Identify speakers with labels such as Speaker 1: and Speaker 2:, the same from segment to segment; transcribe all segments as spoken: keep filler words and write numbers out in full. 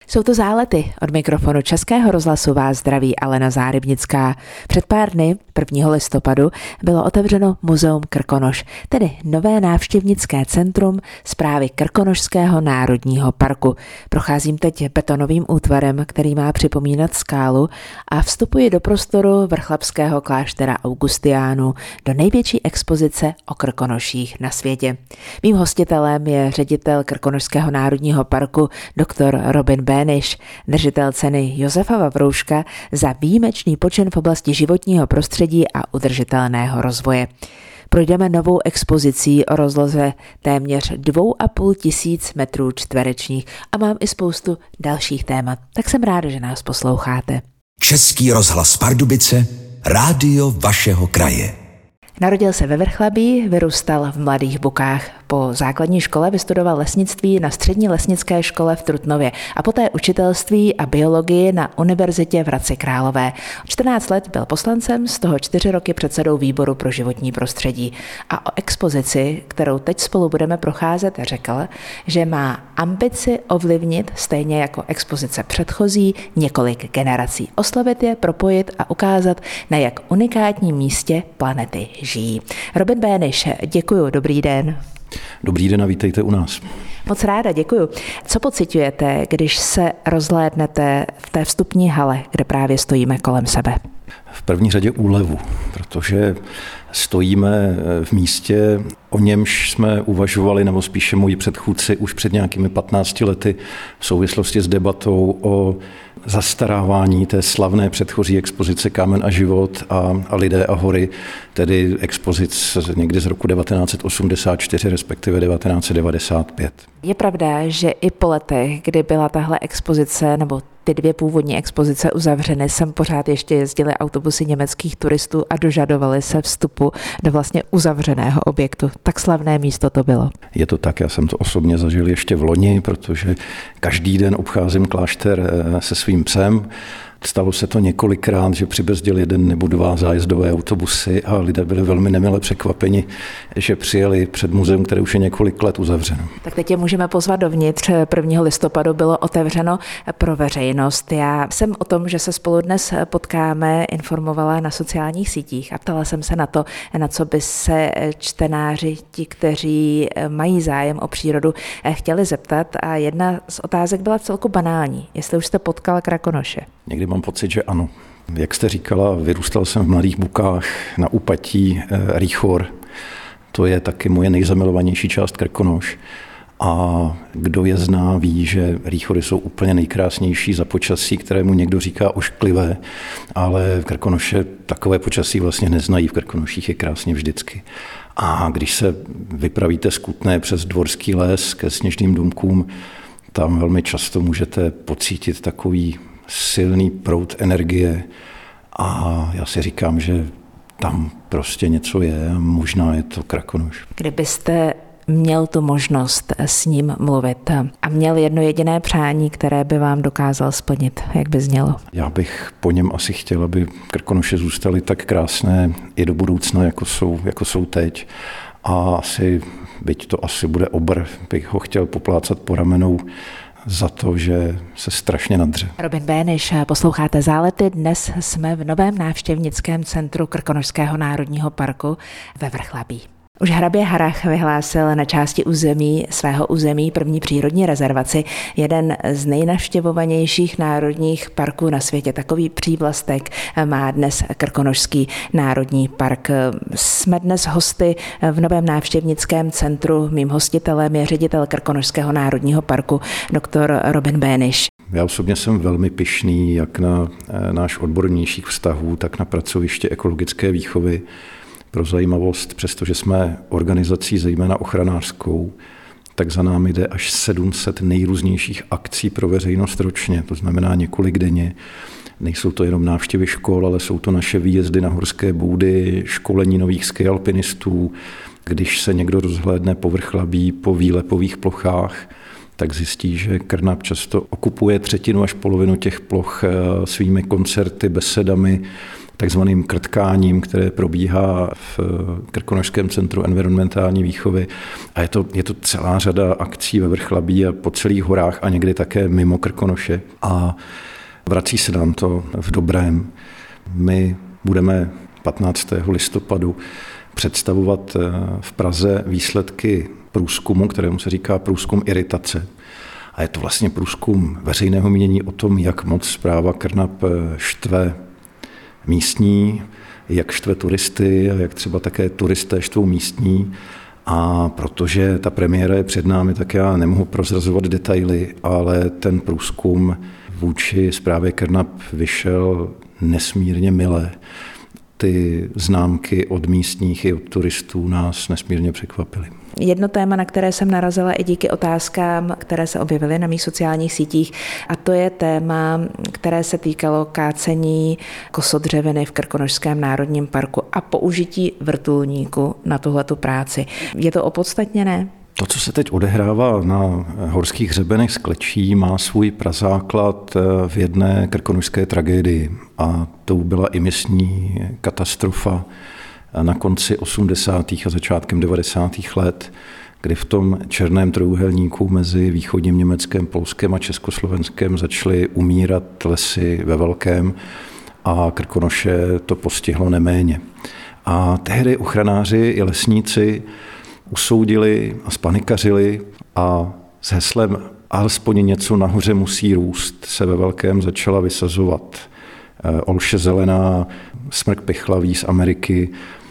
Speaker 1: Jsou to Zálety. Od mikrofonu Českého rozhlasu vás zdraví Alena Zárybnická. Před pár dny, prvního listopadu, bylo otevřeno Muzeum Krkonoš, tedy nové návštěvnické centrum správy Krkonošského národního parku. Procházím teď betonovým útvarem, který má připomínat skálu, a vstupuji do prostoru vrchlabského kláštera Augustiánů, do největší expozice o Krkonoších na světě. Mým hostitelem je ředitel Krkonošského národního parku doktor Robin Béniš, držitel ceny Josefa Vavrouška za výjimečný počin v oblasti životního prostředí a udržitelného rozvoje. Projdeme novou expozicí o rozloze téměř dvou a půl tisíc metrů čtverečních a mám i spoustu dalších témat. Tak jsem ráda, že nás posloucháte.
Speaker 2: Český rozhlas Pardubice, rádio vašeho kraje.
Speaker 1: Narodil se ve Vrchlabí, vyrůstal v Mladých Bukách. Po základní škole vystudoval lesnictví na střední lesnické škole v Trutnově a poté učitelství a biologii na univerzitě v Hradci Králové. čtrnáct let byl poslancem, z toho čtyři roky předsedou výboru pro životní prostředí. A o expozici, kterou teď spolu budeme procházet, řekl, že má ambici ovlivnit, stejně jako expozice předchozí, několik generací. Oslovit je, propojit a ukázat, na jak unikátním místě planety žijí. Robin Béniš, děkuju, dobrý den.
Speaker 3: Dobrý den a vítejte u nás.
Speaker 1: Moc ráda, děkuju. Co pociťujete, když se rozhlédnete v té vstupní hale, kde právě stojíme kolem sebe?
Speaker 3: V první řadě úlevu, protože stojíme v místě, o němž jsme uvažovali, nebo spíše moji předchůdci už před nějakými patnácti lety v souvislosti s debatou o zastarávání té slavné předchozí expozice Kámen a život a, a lidé a hory, tedy expozic někdy z roku devatenáct set osmdesát čtyři, respektive devatenáct set devadesát pět.
Speaker 1: Je pravda, že i po letech, kdy byla tahle expozice, nebo ty dvě původní expozice uzavřeny, sem pořád ještě jezdily autobusy německých turistů a dožadovali se vstupu do vlastně uzavřeného objektu. Tak slavné místo to bylo.
Speaker 3: Je to tak, já jsem to osobně zažil ještě v loni, protože každý den obcházím klášter se svým psem. Stalo se to několikrát, že přibrzdil jeden nebo dva zájezdové autobusy a lidé byli velmi nemile překvapeni, že přijeli před muzeum, které už je několik let uzavřeno.
Speaker 1: Tak teď je můžeme pozvat dovnitř. prvního listopadu bylo otevřeno pro veřejnost. Já jsem o tom, že se spolu dnes potkáme, informovala na sociálních sítích a ptala jsem se na to, na co by se čtenáři, ti, kteří mají zájem o přírodu, chtěli zeptat, a jedna z otázek byla celku banální. Jestli už jste potkal Krkonoše.
Speaker 3: Někdy mám pocit, že ano. Jak jste říkala, vyrůstal jsem v Mladých Bukách na úpatí Rýchor. To je taky moje nejzamilovanější část Krkonoš. A kdo je zná, ví, že Rýchory jsou úplně nejkrásnější za počasí, kterému někdo říká ošklivé, ale Krkonoše takové počasí vlastně neznají. V Krkonoších je krásně vždycky. A když se vypravíte z Kutné přes Dvorský les ke Sněžným domkům, tam velmi často můžete pocítit takový silný proud energie a já si říkám, že tam prostě něco je a možná je to Krkonoš.
Speaker 1: Kdybyste měl tu možnost s ním mluvit a měl jedno jediné přání, které by vám dokázal splnit, jak by znělo?
Speaker 3: Já bych po něm asi chtěl, aby Krkonoše zůstaly tak krásné i do budoucna, jako jsou, jako jsou teď. A asi, byť to asi bude obr, bych ho chtěl poplácat po ramenou za to, že se strašně nadře.
Speaker 1: Robin Béniš, posloucháte Zálety. Dnes jsme v novém návštěvnickém centru Krkonošského národního parku ve Vrchlabí. Už hrabě Harrach vyhlásil na části území svého území první přírodní rezervaci, jeden z nejnavštěvovanějších národních parků na světě. Takový přívlastek má dnes Krkonošský národní park. Jsme dnes hosty v novém návštěvnickém centru. Mým hostitelem je ředitel Krkonošského národního parku, doktor Robin Béniš.
Speaker 3: Já osobně jsem velmi pyšný jak na náš odbor vnějších vztahů, tak na pracoviště ekologické výchovy. Pro zajímavost, přestože jsme organizací zejména ochranářskou, tak za námi jde až sedm set nejrůznějších akcí pro veřejnost ročně, to znamená několik denně. Nejsou to jenom návštěvy škol, ale jsou to naše výjezdy na horské boudy, školení nových skialpinistů. Když se někdo rozhlédne po Vrchlabí, po výlepových plochách, tak zjistí, že Krnap často okupuje třetinu až polovinu těch ploch svými koncerty, besedami, takzvaným krtkáním, které probíhá v Krkonošském centru environmentální výchovy. A je to, je to celá řada akcí ve Vrchlabí a po celých horách a někdy také mimo Krkonoše. A vrací se nám to v dobrém. My budeme patnáctého listopadu představovat v Praze výsledky průzkumu, kterému se říká průzkum iritace. A je to vlastně průzkum veřejného mínění o tom, jak moc zpráva Krnap štve místní, jak štve turisty a jak třeba také turisté štvou místní. A protože ta premiéra je před námi, tak já nemohu prozrazovat detaily, ale ten průzkum vůči zprávě Krnap vyšel nesmírně milé. Ty známky od místních i od turistů nás nesmírně překvapily.
Speaker 1: Jedno téma, na které jsem narazila i díky otázkám, které se objevily na mých sociálních sítích, a to je téma, které se týkalo kácení kosodřeviny v Krkonošském národním parku a použití vrtulníku na tuhletu práci. Je to opodstatněné?
Speaker 3: To, co se teď odehrává na horských hřebenech z Klečí, má svůj prazáklad v jedné krkonošské tragédii. A to byla imisní katastrofa na konci osmdesátých a začátkem devadesátých let, kdy v tom černém trojúhelníku mezi východním Německem, Polskem a Československem začaly umírat lesy ve velkém a Krkonoše to postihlo neméně. A tehdy ochranáři i lesníci usoudili a spanikařili a s heslem alespoň něco nahoře musí růst se ve velkém začala vysazovat olše zelená, smrk pichlavý z Ameriky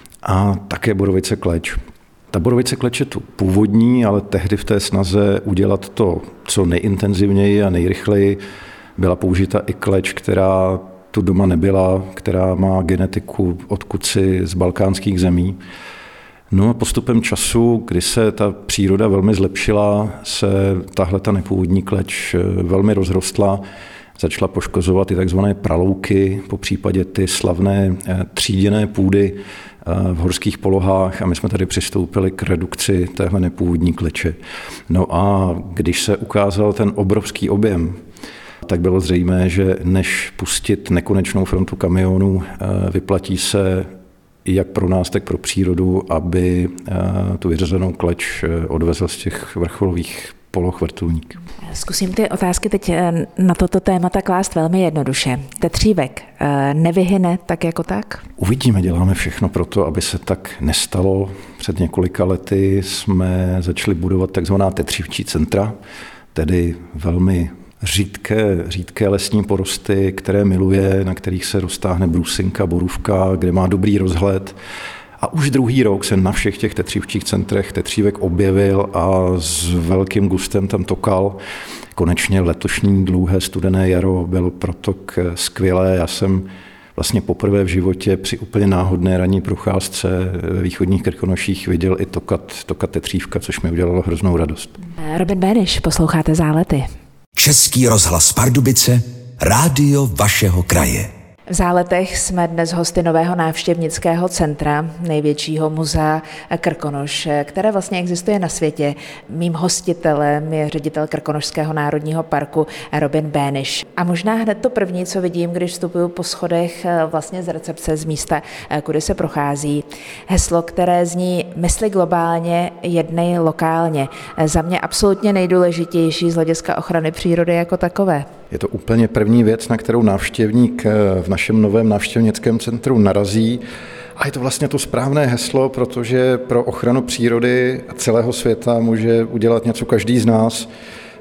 Speaker 3: a také borovice kleč. Ta borovice kleč je tu původní, ale tehdy v té snaze udělat to co nejintenzivněji a nejrychleji byla použita i kleč, která tu doma nebyla, která má genetiku odkud z balkánských zemí. No a postupem času, kdy se ta příroda velmi zlepšila, se tahle ta nepůvodní kleč velmi rozrostla, začala poškozovat i takzvané pralouky, po případě ty slavné tříděné půdy v horských polohách a my jsme tady přistoupili k redukci téhle nepůvodní kleče. No a když se ukázal ten obrovský objem, tak bylo zřejmé, že než pustit nekonečnou frontu kamionů, vyplatí se jak pro nás, tak pro přírodu, aby tu vyřazenou kleč odvezl z těch vrcholových poloh vrtulník.
Speaker 1: Zkusím ty otázky teď na toto témata klást velmi jednoduše. Tetřívek nevyhyne tak jako tak?
Speaker 3: Uvidíme, děláme všechno pro to, aby se tak nestalo. Před několika lety jsme začali budovat takzvaná tetřívčí centra, tedy velmi řídké, řídké lesní porosty, které miluje, na kterých se roztáhne brusinka, borůvka, kde má dobrý rozhled. A už druhý rok se na všech těch tetřívčích centrech tetřívek objevil a s velkým gustem tam tokal. Konečně letošní dlouhé studené jaro bylo proto skvělé. Já jsem vlastně poprvé v životě při úplně náhodné ranní procházce ve východních Krkonoších viděl i tokat, tokat tetřívka, což mi udělalo hroznou radost.
Speaker 1: Robin Beniš, posloucháte Zálety.
Speaker 2: Český rozhlas Pardubice, rádio vašeho kraje.
Speaker 1: V Záletech jsme dnes hosty nového návštěvnického centra, největšího muzea Krkonoš, které vlastně existuje na světě. Mým hostitelem je ředitel Krkonošského národního parku Robin Beniš. A možná hned to první, co vidím, když vstupuju po schodech vlastně z recepce, z místa, kudy se prochází, heslo, které zní mysli globálně, jednej lokálně. Za mě absolutně nejdůležitější z hlediska ochrany přírody jako takové.
Speaker 3: Je to úplně první věc, na kterou návštěvník v našem novém návštěvnickém centru narazí. A je to vlastně to správné heslo, protože pro ochranu přírody a celého světa může udělat něco každý z nás.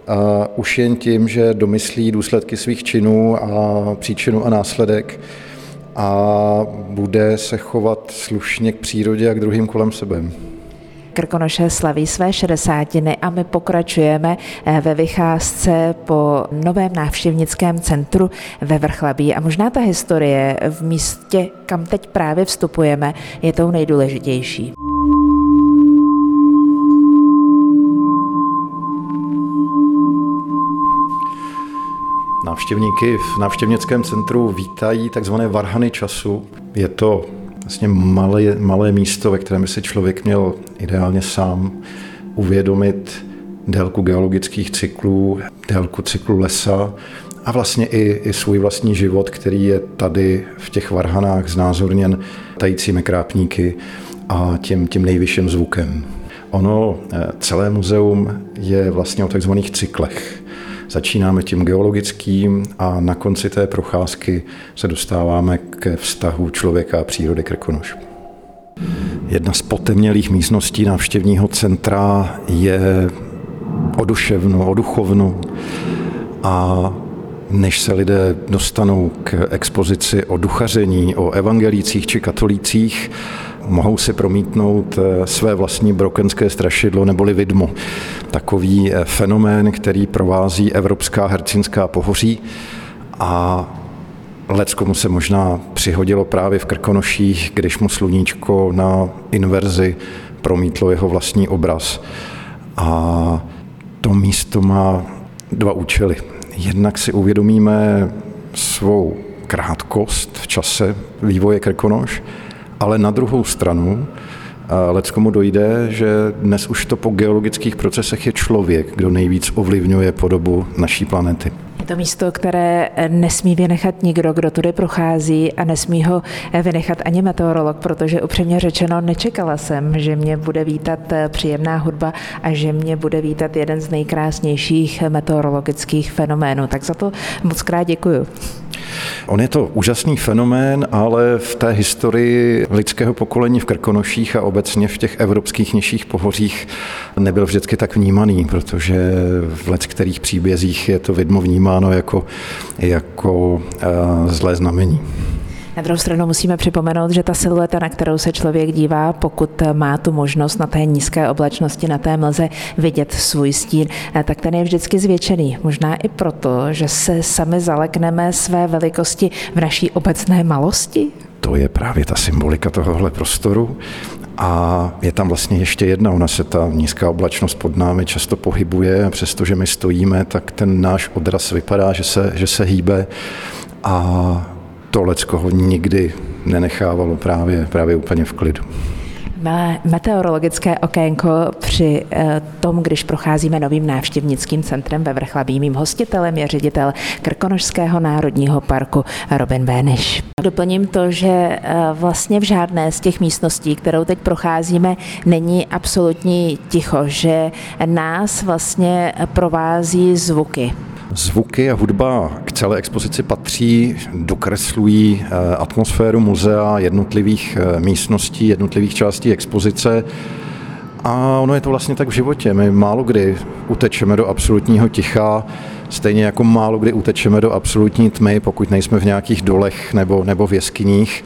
Speaker 3: A už jen tím, že domyslí důsledky svých činů a příčinu a následek a bude se chovat slušně k přírodě a k druhým kolem sebe.
Speaker 1: Krkonoše slaví své šedesátiny a my pokračujeme ve vycházce po novém návštěvnickém centru ve Vrchlabí. A možná ta historie v místě, kam teď právě vstupujeme, je tou nejdůležitější.
Speaker 3: Návštěvníky v návštěvnickém centru vítají takzvané varhany času. Je to vlastně malé, malé místo, ve kterém by si člověk měl ideálně sám uvědomit délku geologických cyklů, délku cyklu lesa a vlastně i, i svůj vlastní život, který je tady v těch varhanách znázorněn tajícími krápníky a tím, tím nejvyšším zvukem. Ono, celé muzeum je vlastně o takzvaných cyklech. Začínáme tím geologickým a na konci té procházky se dostáváme ke vztahu člověka a přírody Krkonoš. Jedna z potemnělých místností návštěvního centra je o duševnu, o duchovnu a než se lidé dostanou k expozici o duchaření, o evangelících či katolících, mohou si promítnout své vlastní brokenské strašidlo neboli vidmo. Takový fenomén, který provází evropská hercinská pohoří a leckomu se možná přihodilo právě v Krkonoších, když mu sluníčko na inverzi promítlo jeho vlastní obraz. A to místo má dva účely. Jednak si uvědomíme svou krátkost v čase vývoje Krkonoš, ale na druhou stranu leckomu dojde, že dnes už to po geologických procesech je člověk, kdo nejvíc ovlivňuje podobu naší planety.
Speaker 1: Je to místo, které nesmí vynechat nikdo, kdo tudy prochází a nesmí ho vynechat ani meteorolog, protože upřímně řečeno nečekala jsem, že mě bude vítat příjemná hudba a že mě bude vítat jeden z nejkrásnějších meteorologických fenoménů. Tak za to moc krát děkuju.
Speaker 3: On je to úžasný fenomén, ale v té historii lidského pokolení v Krkonoších a obecně v těch evropských nižších pohořích nebyl vždycky tak vnímaný, protože v leckterých příbězích je to vidmo vnímáno jako, jako uh, zlé znamení.
Speaker 1: Na druhou stranu musíme připomenout, že ta silueta, na kterou se člověk dívá, pokud má tu možnost na té nízké oblačnosti, na té mlze vidět svůj stín, tak ten je vždycky zvětšený. Možná i proto, že se sami zalekneme své velikosti v naší obecné malosti.
Speaker 3: To je právě ta symbolika tohohle prostoru. A je tam vlastně ještě jedna, ona se ta nízká oblačnost pod námi často pohybuje a přestože my stojíme, tak ten náš odraz vypadá, že se, že se hýbe a to leckoho nikdy nenechávalo právě, právě úplně v klidu.
Speaker 1: Malé meteorologické okénko při tom, když procházíme novým návštěvnickým centrem ve Vrchlabí. Mým hostitelem je ředitel Krkonošského národního parku Robin Béniš. Doplním to, že vlastně v žádné z těch místností, kterou teď procházíme, není absolutní ticho, že nás vlastně provází zvuky.
Speaker 3: Zvuky a hudba k celé expozici patří, dokreslují atmosféru muzea, jednotlivých místností, jednotlivých částí expozice. A ono je to vlastně tak v životě. My málo kdy utečeme do absolutního ticha, stejně jako málo kdy utečeme do absolutní tmy, pokud nejsme v nějakých dolech nebo, nebo v jeskyních.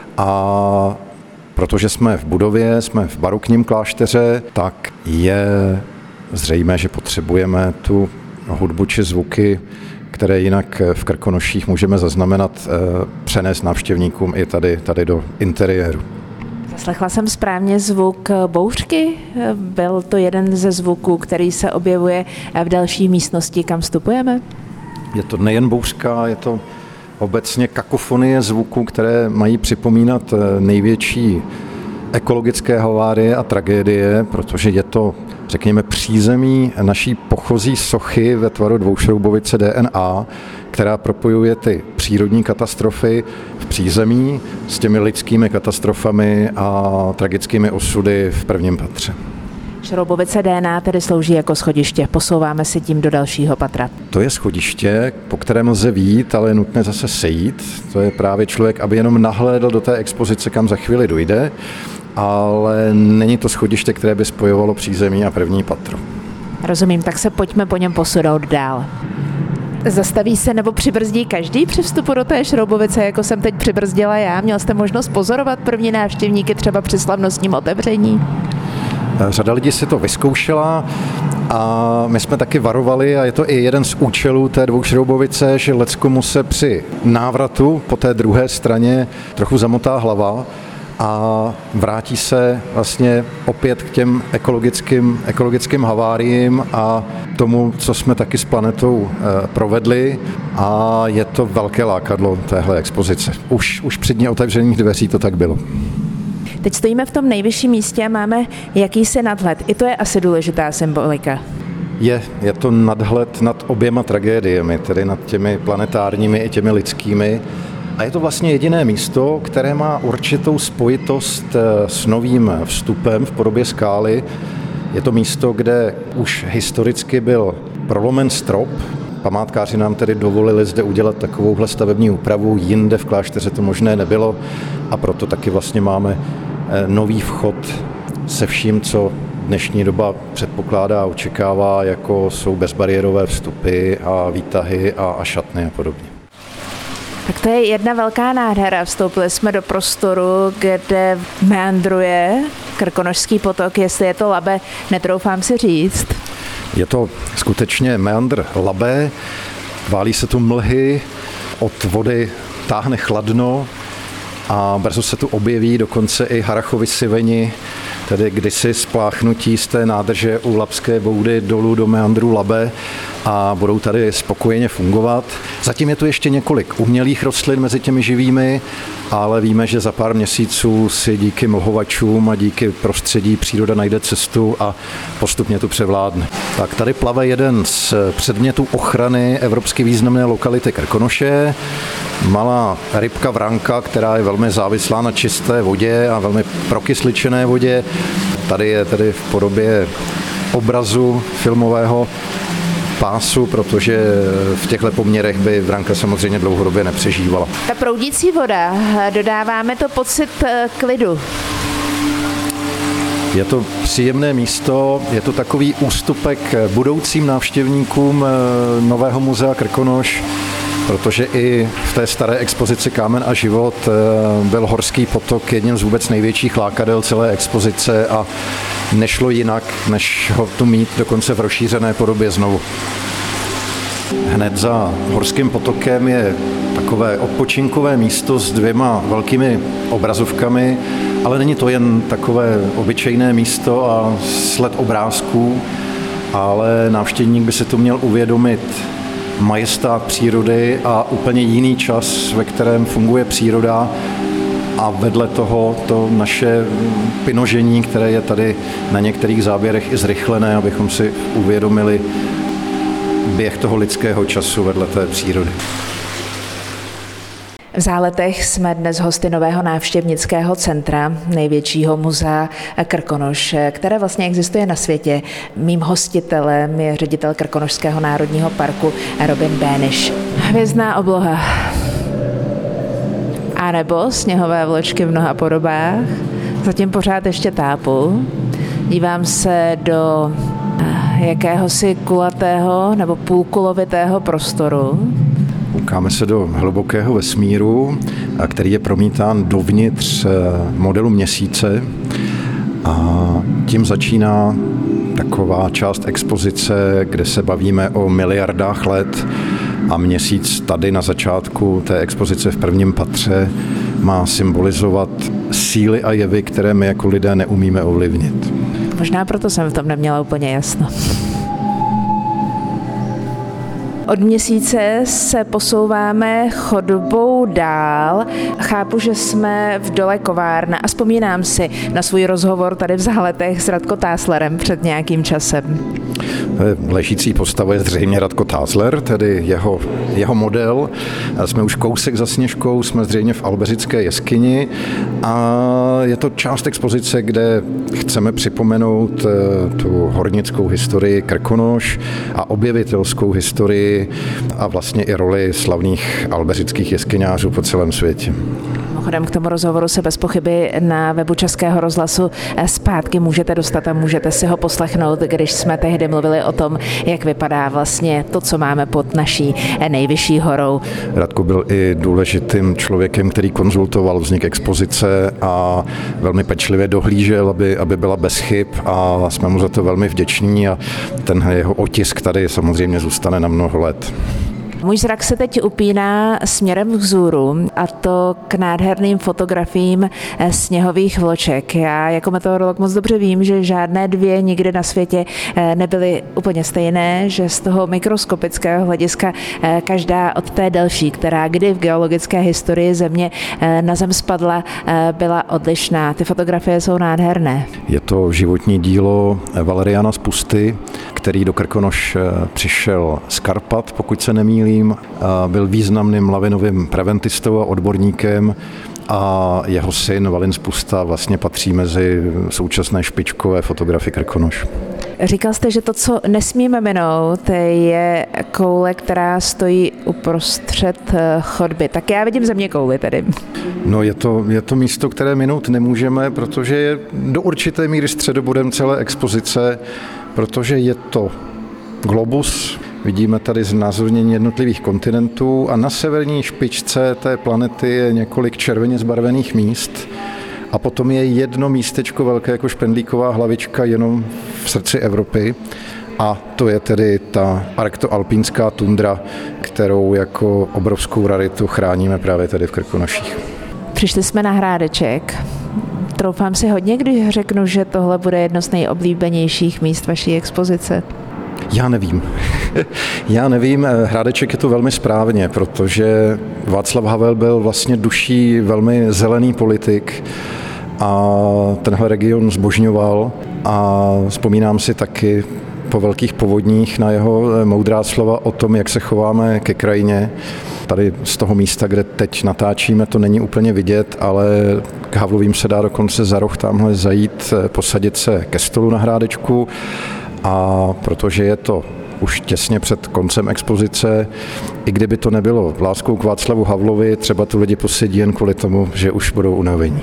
Speaker 3: A protože jsme v budově, jsme v barokním klášteře, tak je zřejmé, že potřebujeme tu hudbu či zvuky, které jinak v Krkonoších můžeme zaznamenat, přenést návštěvníkům i tady, tady do interiéru.
Speaker 1: Zaslechla jsem správně zvuk bouřky? Byl to jeden ze zvuků, který se objevuje v další místnosti, kam vstupujeme?
Speaker 3: Je to nejen bouřka, je to obecně kakofonie zvuků, které mají připomínat největší ekologické havárie a tragédie, protože je to, řekněme, přízemí naší pochozí sochy ve tvaru dvoušroubovice D N A, která propojuje ty přírodní katastrofy v přízemí s těmi lidskými katastrofami a tragickými osudy v prvním patře.
Speaker 1: Šroubovice D N A tedy slouží jako schodiště. Posouváme se tím do dalšího patra.
Speaker 3: To je schodiště, po kterém lze vyjít, ale je nutné zase sejít. To je právě člověk, aby jenom nahlédl do té expozice, kam za chvíli dojde, ale není to schodiště, které by spojovalo přízemí a první patro.
Speaker 1: Rozumím, tak se pojďme po něm posunout dál. Zastaví se nebo přibrzdí každý při vstupu do té šroubovice, jako jsem teď přibrzdila já? Měl jste možnost pozorovat první návštěvníky třeba při slavnostním otevření?
Speaker 3: Řada lidí si to vyzkoušela a my jsme taky varovali a je to i jeden z účelů té dvoušroubovice, že leckomu se při návratu po té druhé straně trochu zamotá hlava a vrátí se vlastně opět k těm ekologickým, ekologickým haváriím a tomu, co jsme taky s planetou eh, provedli, a je to velké lákadlo téhle expozice. Už, už při dní otevřených dveří to tak bylo.
Speaker 1: Teď stojíme v tom nejvyšším místě a máme jakýsi nadhled. I to je asi důležitá symbolika.
Speaker 3: Je, je to nadhled nad oběma tragédiemi, tedy nad těmi planetárními i těmi lidskými. A je to vlastně jediné místo, které má určitou spojitost s novým vstupem v podobě skály. Je to místo, kde už historicky byl prolomen strop. Památkáři nám tedy dovolili zde udělat takovouhle stavební úpravu, jinde v klášteře to možné nebylo a proto taky vlastně máme nový vchod se vším, co dnešní doba předpokládá a očekává, jako jsou bezbariérové vstupy a výtahy a, a šatny a podobně.
Speaker 1: Tak to je jedna velká nádhera. Vstoupili jsme do prostoru, kde meandruje Krkonošský potok, jestli je to Labe, netroufám si říct.
Speaker 3: Je to skutečně meandr Labe, válí se tu mlhy, od vody táhne chladno a brzo se tu objeví dokonce i Harrachovy siveni, tedy kdysi spláchnutí z té nádrže u Labské boudy dolů do meandru Labe a budou tady spokojeně fungovat. Zatím je tu ještě několik umělých rostlin mezi těmi živými, ale víme, že za pár měsíců si díky mlhovačům a díky prostředí příroda najde cestu a postupně tu převládne. Tak tady plave jeden z předmětů ochrany evropsky významné lokality Krkonoše, malá rybka vranka, která je velmi závislá na čisté vodě a velmi prokysličené vodě. Tady je tedy v podobě obrazu filmového pásu, protože v těchto poměrech by vranka samozřejmě dlouhodobě nepřežívala.
Speaker 1: Ta proudící voda, dodáváme to pocit klidu.
Speaker 3: Je to příjemné místo, je to takový ústupek budoucím návštěvníkům Nového muzea Krkonoš, protože i v té staré expozici Kámen a život byl Horský potok jedním z vůbec největších lákadel celé expozice a nešlo jinak, než ho tu mít dokonce v rozšířené podobě znovu. Hned za Horským potokem je takové odpočinkové místo s dvěma velkými obrazovkami, ale není to jen takové obyčejné místo a sled obrázků, ale návštěvník by se tu měl uvědomit majestát přírody a úplně jiný čas, ve kterém funguje příroda a vedle toho to naše pinožení, které je tady na některých záběrech i zrychlené, abychom si uvědomili běh toho lidského času vedle té přírody.
Speaker 1: V Záletech jsme dnes hosty nového návštěvnického centra, největšího muzea Krkonoš, které vlastně existuje na světě. Mým hostitelem je ředitel Krkonošského národního parku Robin Béniš. Hvězdná obloha. A nebo sněhové vločky v mnoha podobách. Zatím pořád ještě tápu. Dívám se do jakéhosi kulatého nebo půlkulovitého prostoru.
Speaker 3: Koukáme se do hlubokého vesmíru, který je promítán dovnitř modelu Měsíce a tím začíná taková část expozice, kde se bavíme o miliardách let a Měsíc tady na začátku té expozice v prvním patře má symbolizovat síly a jevy, které my jako lidé neumíme ovlivnit.
Speaker 1: Možná proto jsem v tom neměla úplně jasno. Od Měsíce se posouváme chodbou dál. Chápu, že jsme v Dole kovárna a vzpomínám si na svůj rozhovor tady v Záletech s Radko Táslerem před nějakým časem.
Speaker 3: Ležící postava je zřejmě Radko Tásler, tedy jeho, jeho model. Jsme už kousek za Sněžkou, jsme zřejmě v Albeřické jeskyni a je to část expozice, kde chceme připomenout tu hornickou historii Krkonoš a objevitelskou historii a vlastně i roli slavných albeřických jeskyňářů po celém světě.
Speaker 1: Mimochodem k tomu rozhovoru se bez pochyby na webu Českého rozhlasu zpátky můžete dostat a můžete si ho poslechnout, když jsme tehdy mluvili o tom, jak vypadá vlastně to, co máme pod naší nejvyšší horou.
Speaker 3: Radko byl i důležitým člověkem, který konzultoval vznik expozice a velmi pečlivě dohlížel, aby, aby byla bez chyb a jsme mu za to velmi vděční a ten jeho otisk tady samozřejmě zůstane na mnoho let.
Speaker 1: Můj zrak se teď upíná směrem k vzhůru, a to k nádherným fotografiím sněhových vloček. Já jako meteorolog moc dobře vím, že žádné dvě nikdy na světě nebyly úplně stejné, že z toho mikroskopického hlediska každá od té delší, která kdy v geologické historii Země na Zem spadla, byla odlišná. Ty fotografie jsou nádherné.
Speaker 3: Je to životní dílo Valeriana z Pusty, který do Krkonoš přišel z Karpat, pokud se nemýlím, byl významným lavinovým preventistou a odborníkem a jeho syn Valin z Pusta vlastně patří mezi současné špičkové fotografy Krkonoš.
Speaker 1: Říkal jste, že to, co nesmíme minout, je koule, která stojí uprostřed chodby. Tak já vidím zeměkouli tady.
Speaker 3: No je to, je to místo, které minout nemůžeme, protože je do určité míry středobodem celé expozice, protože je to globus. Vidíme tady znázornění jednotlivých kontinentů a na severní špičce té planety je několik červeně zbarvených míst a potom je jedno místečko velké jako špendlíková hlavička jenom v srdci Evropy a to je tedy ta arktoalpínská tundra, kterou jako obrovskou raritu chráníme právě tady v Krkonoších.
Speaker 1: Přišli jsme na Hrádeček. Troufám si hodně, když řeknu, že tohle bude jedno z nejoblíbenějších míst vaší expozice.
Speaker 3: Já nevím. Já nevím, Hrádeček je to velmi správně, protože Václav Havel byl vlastně duší velmi zelený politik a tenhle region zbožňoval a vzpomínám si taky po velkých povodních na jeho moudrá slova o tom, jak se chováme ke krajině. Tady z toho místa, kde teď natáčíme, to není úplně vidět, ale k Havlovým se dá dokonce za roh tamhle zajít, posadit se ke stolu na Hrádečku. A protože je to už těsně před koncem expozice, i kdyby to nebylo láskou k Václavu Havlovi, třeba tu lidi posedí jen kvůli tomu, že už budou unavení.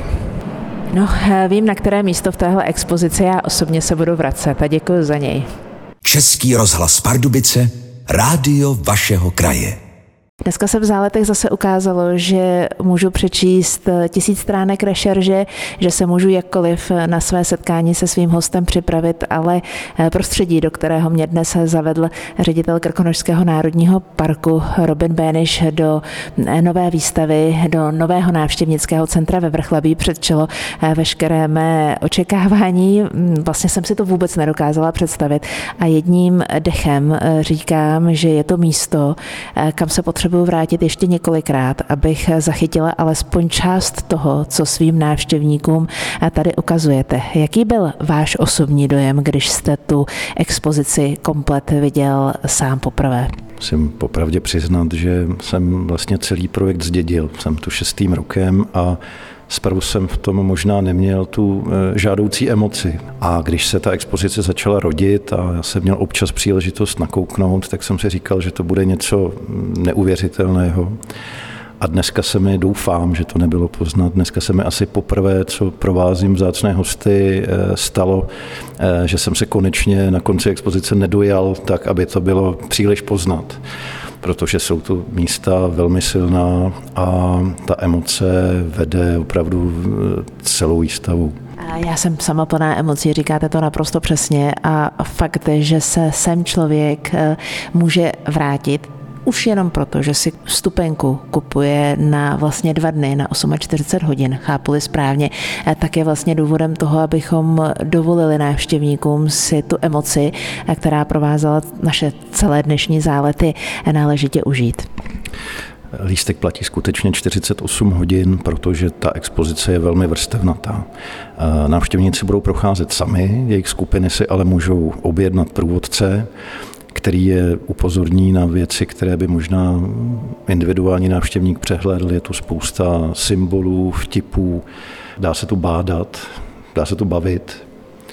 Speaker 1: No, vím, na které místo v téhle expozici já osobně se budu vracet a děkuji za něj.
Speaker 2: Český rozhlas Pardubice, rádio vašeho kraje.
Speaker 1: Dneska se v Záletech zase ukázalo, že můžu přečíst tisíc stránek rešerže, že se můžu jakkoliv na své setkání se svým hostem připravit, ale prostředí, do kterého mě dnes zavedl ředitel Krkonošského národního parku Robin Béniš do nové výstavy, do nového návštěvnického centra ve Vrchlabí předčilo veškeré mé očekávání. Vlastně jsem si to vůbec nedokázala představit a jedním dechem říkám, že je to místo, kam se potřebuje vrátit ještě několikrát, abych zachytila alespoň část toho, co svým návštěvníkům tady ukazujete. Jaký byl váš osobní dojem, když jste tu expozici komplet viděl sám poprvé?
Speaker 3: Musím popravdě přiznat, že jsem vlastně celý projekt zdědil. Jsem tu šestým rokem a zprvu jsem v tom možná neměl tu žádoucí emoci. A když se ta expozice začala rodit a já jsem měl občas příležitost nakouknout, tak jsem si říkal, že to bude něco neuvěřitelného. A dneska se mi, doufám, že to nebylo poznat, dneska se mi asi poprvé, co provázím vzácné hosty, stalo, že jsem se konečně na konci expozice nedojal tak, aby to bylo příliš poznat. Protože jsou tu místa velmi silná a ta emoce vede opravdu celou výstavu.
Speaker 1: Já jsem sama plná emocí, říkáte to naprosto přesně a fakt, že se sem člověk může vrátit už jenom proto, že si vstupenku kupuje na vlastně dva dny, na čtyřicet osm hodin, chápu-li správně, tak je vlastně důvodem toho, abychom dovolili návštěvníkům si tu emoci, která provázela naše celé dnešní zálety, náležitě užít.
Speaker 3: Lístek platí skutečně čtyřicet osm hodin, protože ta expozice je velmi vrstevnatá. Návštěvníci budou procházet sami, jejich skupiny si ale můžou objednat průvodce, který je upozorní na věci, které by možná individuální návštěvník přehlédl. Je tu spousta symbolů, vtipů, dá se tu bádat, dá se tu bavit.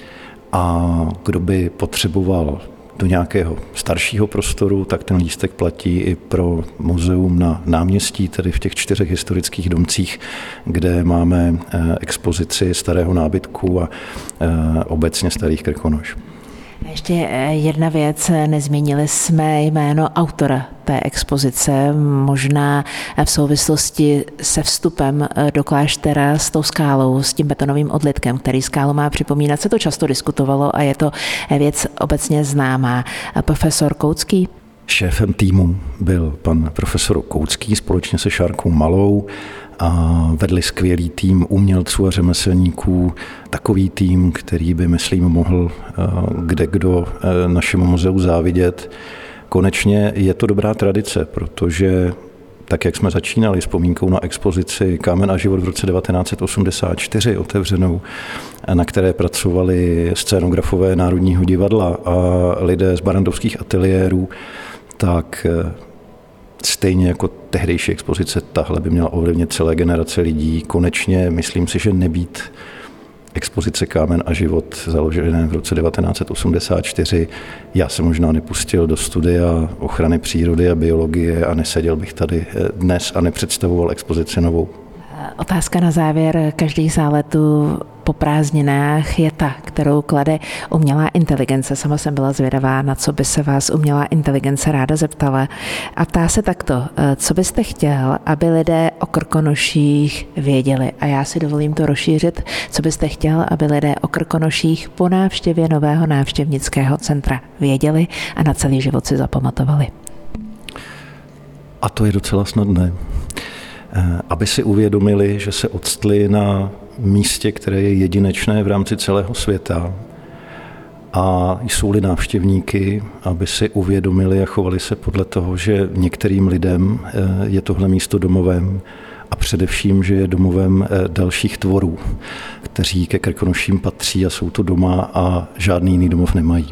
Speaker 3: A kdo by potřeboval do nějakého staršího prostoru, tak ten lístek platí i pro muzeum na náměstí, tedy v těch čtyřech historických domcích, kde máme expozici starého nábytku a obecně starých Krkonoš.
Speaker 1: Ještě jedna věc, nezmínili jsme jméno autora té expozice, možná v souvislosti se vstupem do kláštera s tou skálou, s tím betonovým odlitkem, který skálu má připomínat, se to často diskutovalo a je to věc obecně známá. Profesor Koucký?
Speaker 3: Šéfem týmu byl pan profesor Koucký společně se Šárkou Malou a vedli skvělý tým umělců a řemeslníků, takový tým, který by, myslím, mohl kde kdo našemu muzeu závidět. Konečně je to dobrá tradice, protože tak, jak jsme začínali vzpomínkou na expozici Kámen a život v roce devatenáct set osmdesát čtyři otevřenou, na které pracovali scénografové Národního divadla a lidé z barandovských ateliérů, tak stejně jako tehdejší expozice, tahle by měla ovlivnit celé generace lidí. Konečně myslím si, že nebýt expozice Kámen a život založené v roce devatenáct set osmdesát čtyři, já se možná nepustil do studia ochrany přírody a biologie a neseděl bych tady dnes a nepředstavoval expozici novou.
Speaker 1: Otázka na závěr každých záletů po prázdninách je ta, kterou klade umělá inteligence. Sama jsem byla zvědavá, na co by se vás umělá inteligence ráda zeptala. A ptá se takto, co byste chtěl, aby lidé o Krkonoších věděli? A já si dovolím to rozšířit. Co byste chtěl, aby lidé o Krkonoších po návštěvě nového návštěvnického centra věděli a na celý život si zapamatovali?
Speaker 3: A to je docela snadné. Aby si uvědomili, že se odstli na místě, které je jedinečné v rámci celého světa a jsou-li návštěvníky, aby si uvědomili a chovali se podle toho, že některým lidem je tohle místo domovem a především, že je domovem dalších tvorů, kteří ke Krkonoším patří a jsou to doma a žádný jiný domov nemají.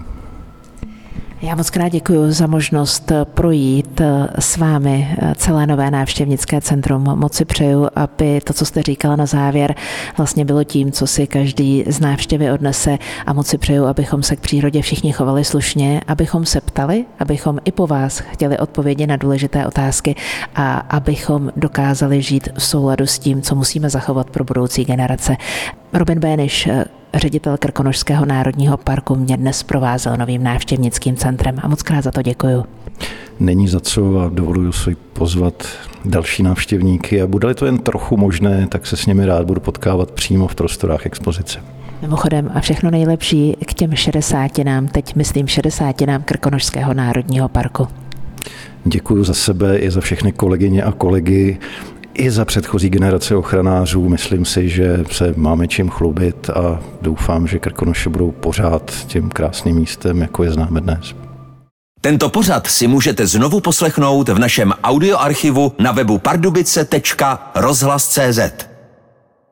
Speaker 1: Já moc krát děkuji za možnost projít s vámi celé nové návštěvnické centrum. Moc si přeju, aby to, co jste říkala na závěr, vlastně bylo tím, co si každý z návštěvy odnese, a moc si přeju, abychom se k přírodě všichni chovali slušně, abychom se ptali, abychom i po vás chtěli odpovědi na důležité otázky a abychom dokázali žít v souladu s tím, co musíme zachovat pro budoucí generace. Robin Béniš, ředitel Krkonošského národního parku, mě dnes provázel novým návštěvnickým centrem a moc krát za to děkuju.
Speaker 3: Není za co a dovoluji si pozvat další návštěvníky a bude-li to jen trochu možné, tak se s nimi rád budu potkávat přímo v prostorách expozice.
Speaker 1: Mimochodem a všechno nejlepší k těm šedesátinám, teď myslím šedesátinám Krkonošského národního parku.
Speaker 3: Děkuji za sebe i za všechny kolegyně a kolegy, i za předchozí generace ochranářů. Myslím si, že se máme čím chlubit a doufám, že Krkonoše budou pořád tím krásným místem, jako je známe dnes.
Speaker 2: Tento pořad si můžete znovu poslechnout v našem audioarchivu na webu pardubice tečka rozhlas tečka cé zet.